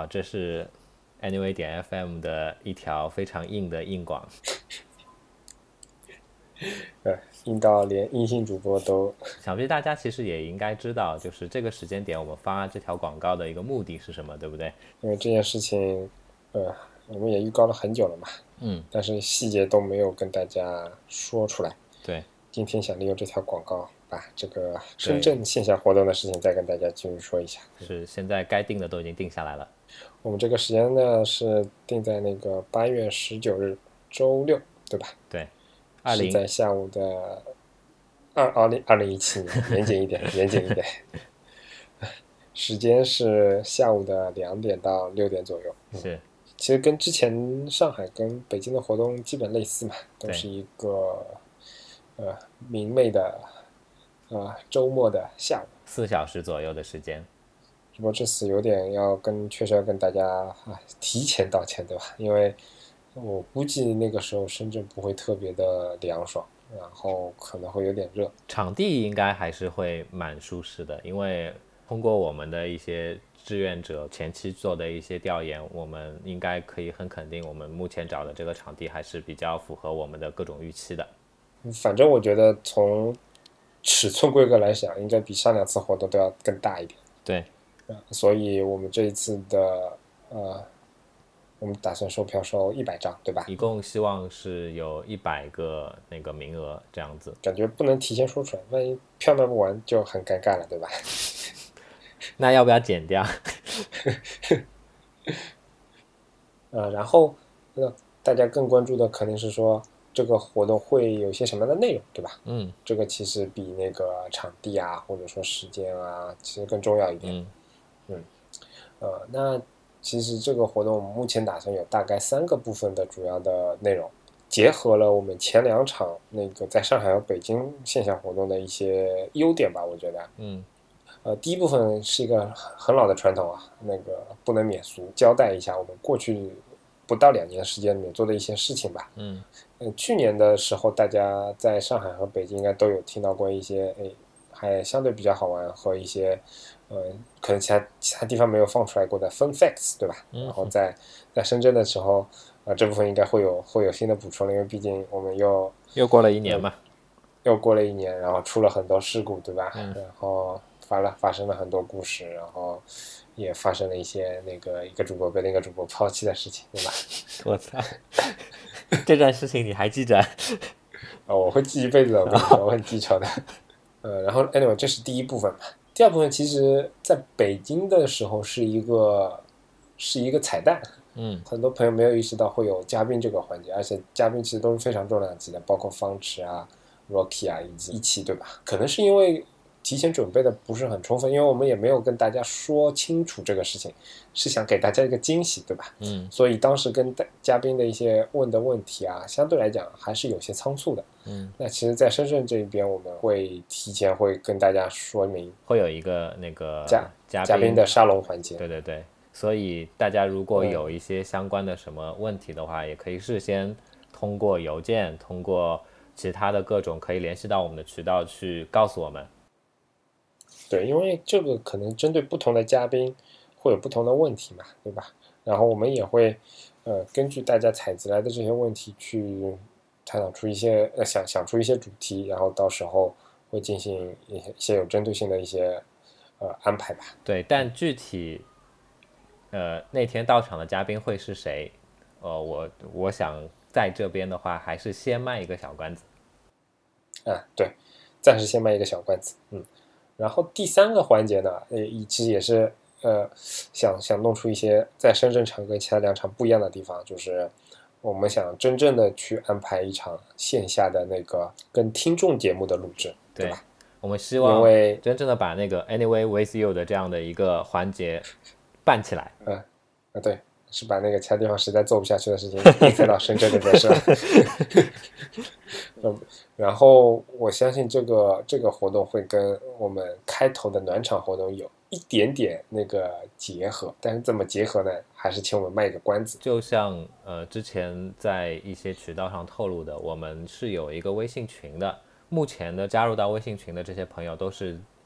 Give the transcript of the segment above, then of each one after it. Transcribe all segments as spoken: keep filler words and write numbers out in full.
好，这是 Anyway 点 F M 的一条非常硬的硬广。 呃，硬到连硬性主播都。 想必大家其实也应该知道，就是这个时间点我们发这条广告的一个目的是什么，对不对？ 因为这件事情，呃，我们也预告了很久了嘛， 嗯， 但是细节都没有跟大家说出来。 对， 今天想利用这条广告，把这个深圳线下活动的事情再跟大家继续说一下。 是现在该定的都已经定下来了。 我们这个时间呢是定在那个八月十九日周六，对吧？ 对， 是在下午的二二零二零一七年，严谨一点，严谨一点。时间是下午的两点到六点左右。 是、 嗯，其实跟之前上海跟北京的活动基本类似嘛，都是一个呃明媚的呃周末的下午， 四小时左右的时间。 只不过这次有点要跟，确实要跟大家啊提前道歉，对吧？因为我估计那个时候深圳不会特别的凉爽，然后可能会有点热。 场地应该还是会蛮舒适的，因为通过我们的一些志愿者前期做的一些调研，我们应该可以很肯定，我们目前找的这个场地还是比较符合我们的各种预期的。 反正我觉得从尺寸规格来讲，应该比上两次活动都要更大一点。 对。 所以我们这一次的呃，我们打算售票收一百张，对吧？ 一共希望是有一百个那个名额这样子。 感觉不能提前说出来，万一票卖不完就很尴尬了，对吧？ 那要不要减掉？ 呃，然后那大家更关注的肯定是说这个活动会有些什么样的内容，对吧？ 嗯， 这个其实比那个场地啊，或者说时间啊，其实更重要一点。 嗯。 嗯，呃，那其实这个活动我们目前打算有大概三个部分的主要的内容，结合了我们前两场那个在上海和北京线下活动的一些优点吧，我觉得。 嗯， 呃，第一部分是一个很老的传统啊，那个不能免俗，交代一下我们过去不到两年时间里面做的一些事情吧。 嗯， 呃，去年的时候，大家在上海和北京应该都有听到过一些，哎，还相对比较好玩和一些。呃，可能其他其他地方没有放出来过的 fun facts， 对吧？ 嗯、 然后在在深圳的时候，啊、呃，这部分应该会有会有新的补充了，因为毕竟我们又又过了一年嘛、呃， 又过了一年，然后出了很多事故，对吧？ 嗯、 然后发了发生了很多故事，然后也发生了一些那个一个主播被另一个主播抛弃的事情，对吧？ 我操，这件事情你还记着？ 啊、哦，我会记一辈子的，我跟你说，我很记仇的。呃，然后 anyway， 这是第一部分嘛。第二部分其实在北京的时候是一个是一个彩蛋， 嗯， 很多朋友没有意识到会有嘉宾这个环节，而且嘉宾其实都是非常重量级的，包括方池啊、Rocky 啊以及一期，对吧？可能是因为提前准备的不是很充分，因为我们也没有跟大家说清楚这个事情，是想给大家一个惊喜，对吧？ 嗯， 所以当时跟嘉宾的一些问的问题啊，相对来讲还是有些仓促的。 嗯， 那其实在深圳这边我们会提前会跟大家说明， 会有一个那个嘉嘉嘉宾的沙龙环节。 对对对，所以大家如果有一些相关的什么问题的话、嗯、也可以事先通过邮件通过其他的各种可以联系到我们的渠道去告诉我们。 对，因为这个可能针对不同的嘉宾会有不同的问题嘛，对吧？然后我们也会呃根据大家采集来的这些问题去探讨出一些呃想想出一些主题，然后到时候会进行一些一些有针对性的一些呃安排吧。 对，但具体呃那天到场的嘉宾会是谁？呃，我我想在这边的话，还是先卖一个小关子。 啊，对，暂时先卖一个小关子，嗯。然后第三个环节呢，呃，其实也是呃想想弄出一些在深圳场跟其他两场不一样的地方，就是我们想真正的去安排一场线下的那个跟听众节目的录制， 对, 对吧？ 我们希望真正的把那个 Anyway with you 的这样的一个环节办起来。 嗯，啊对，是把那个其他地方实在做不下去的事情引塞到深圳这边是吧？嗯，然后我相信这个这个活动会跟我们开头的暖场活动有一点点那个结合，但是怎么结合呢？还是请我们卖一个关子。 就像呃之前在一些渠道上透露的，我们是有一个微信群的，目前的加入到微信群的这些朋友都是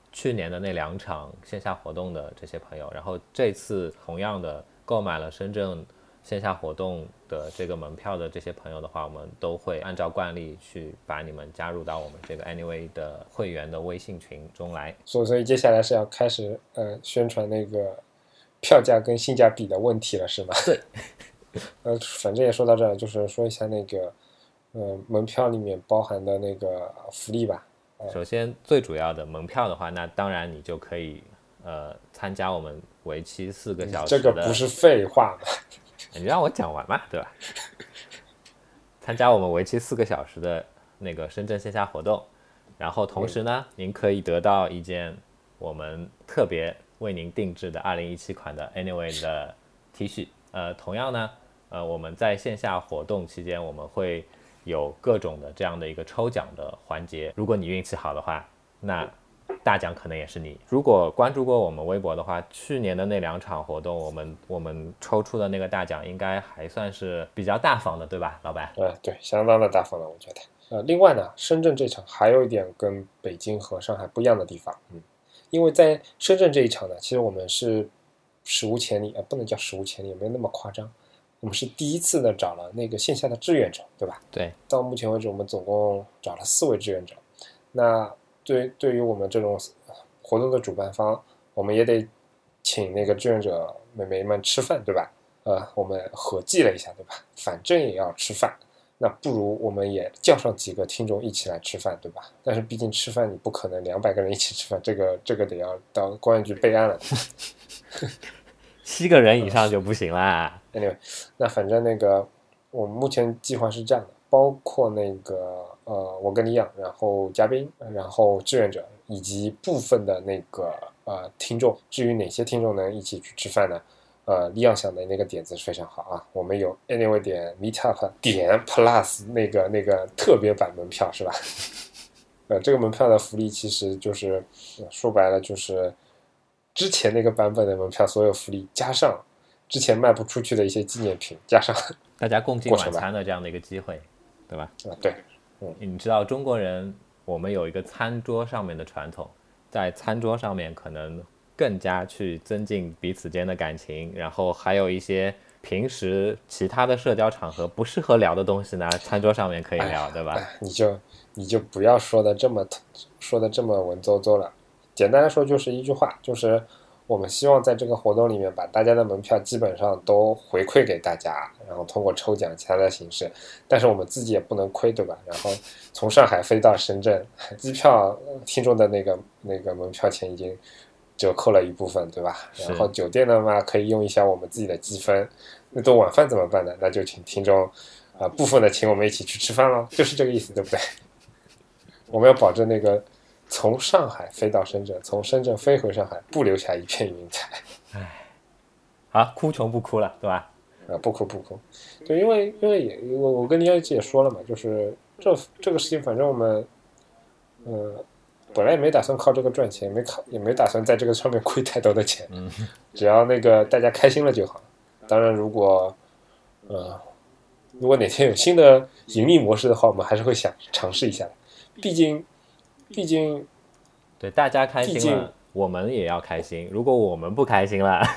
去年的那两场线下活动的这些朋友，然后这次同样的购买了深圳线下活动的这个门票的这些朋友的话，我们都会按照惯例去把你们加入到我们这个 Anyway 的会员的微信群中来。 所以所以接下来是要开始呃宣传那个票价跟性价比的问题了，是吗？ 对。 呃，反正也说到这儿，就是说一下那个呃门票里面包含的那个福利吧。 首先最主要的门票的话，那当然你就可以呃参加我们为期四个小时的、 嗯、这个不是废话吗？ 你让我讲完嘛，对吧？参加我们为期四个小时的那个深圳线下活动，然后同时呢、嗯、您可以得到一件我们特别为您定制的二零一七款的 Anyway 的 T 恤。呃，同样呢呃我们在线下活动期间，我们会有各种的这样的一个抽奖的环节，如果你运气好的话，那大奖可能也是你。如果关注过我们微博的话，去年的那两场活动，我们我们抽出的那个大奖应该还算是比较大方的，对吧，老板？ 呃，对，相当的大方了，我觉得。呃，另外呢，深圳这场还有一点跟北京和上海不一样的地方，嗯，因为在深圳这一场呢，其实我们是史无前例，呃，不能叫史无前例，没有那么夸张。我们是第一次呢找了那个线下的志愿者，对吧？ 对。 到目前为止，我们总共找了四位志愿者。那对对于我们这种活动的主办方，我们也得请那个志愿者美眉们吃饭，对吧？呃，我们合计了一下，对吧？反正也要吃饭，那不如我们也叫上几个听众一起来吃饭，对吧？但是毕竟吃饭你不可能两百个人一起吃饭，这个这个得要到公安局备案了。 七个人以上就不行啦。 Anyway， 那反正那个我们目前计划是这样的，包括那个呃我跟李阳，然后嘉宾，然后志愿者以及部分的那个呃听众。至于哪些听众能一起去吃饭呢？呃，李阳想的那个点子是非常好啊。我们有 Anyway 点 Meetup 点 Plus 那个那个特别版门票是吧？呃，这个门票的福利其实就是、呃、说白了就是之前那个版本的门票所有福利加上之前卖不出去的一些纪念品，加上大家共进晚餐的这样的一个机会，对吧？ 啊，对，嗯， 你知道中国人我们有一个餐桌上面的传统，在餐桌上面可能更加去增进彼此间的感情，然后还有一些平时其他的社交场合不适合聊的东西呢，餐桌上面可以聊， 哎、 对吧？ 哎、你就你就不要说的这么说的这么文绉绉了。简单来说就是一句话，就是我们希望在这个活动里面把大家的门票基本上都回馈给大家，然后通过抽奖其他的形式，但是我们自己也不能亏，对吧？然后从上海飞到深圳，机票听众的那个那个门票钱已经折扣了一部分，对吧？然后酒店的话可以用一下我们自己的积分。那顿晚饭怎么办呢？那就请听众啊、呃、部分的请我们一起去吃饭咯，就是这个意思，对不对？我们要保证那个从上海飞到深圳，从深圳飞回上海，不留下一片云彩。 唉，好，哭穷不哭了，对吧？ 啊，不哭不哭。对，因为因为也我我跟李阳姐也说了嘛，就是这这个事情，反正我们呃本来也没打算靠这个赚钱，没靠也没打算在这个上面亏太多的钱， 嗯， 只要那个大家开心了就好。当然，如果呃如果哪天有新的盈利模式的话，我们还是会想尝试一下的。毕竟，毕竟， 对大家开心了，我们也要开心。如果我们不开心了，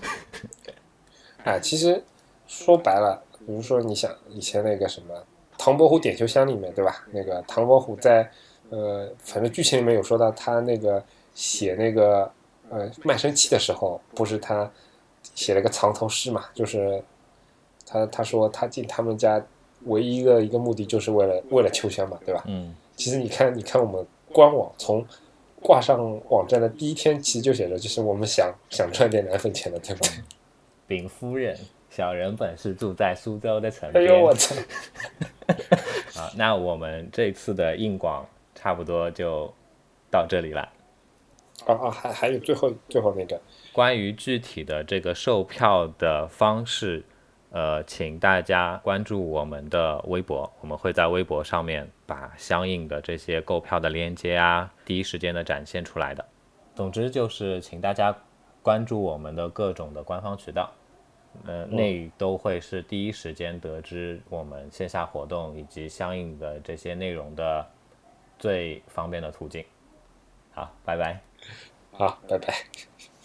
啊，其实说白了，比如说你想以前那个什么唐伯虎点秋香里面，对吧？那个唐伯虎在呃，反正剧情里面有说到他那个写那个呃卖身契的时候，不是他写了个藏头诗嘛，就是他他说他进他们家唯一的一个目的就是为了为了秋香嘛，对吧？ 嗯。 其实你看，你看我们官网从挂上网站的第一天，其实就写着，就是我们想想赚点奶粉钱的，对吧？ 禀夫人，小人本是住在苏州的城边。 哎呦我操！ 好，那我们这次的硬广差不多就到这里了。 啊啊，还还有最后最后那个关于具体的这个售票的方式。呃，请大家关注我们的微博，我们会在微博上面把相应的这些购票的链接啊，第一时间的展现出来的。总之就是请大家关注我们的各种的官方渠道，呃，那都会是第一时间得知我们线下活动以及相应的这些内容的最方便的途径。好，拜拜。 好，拜拜。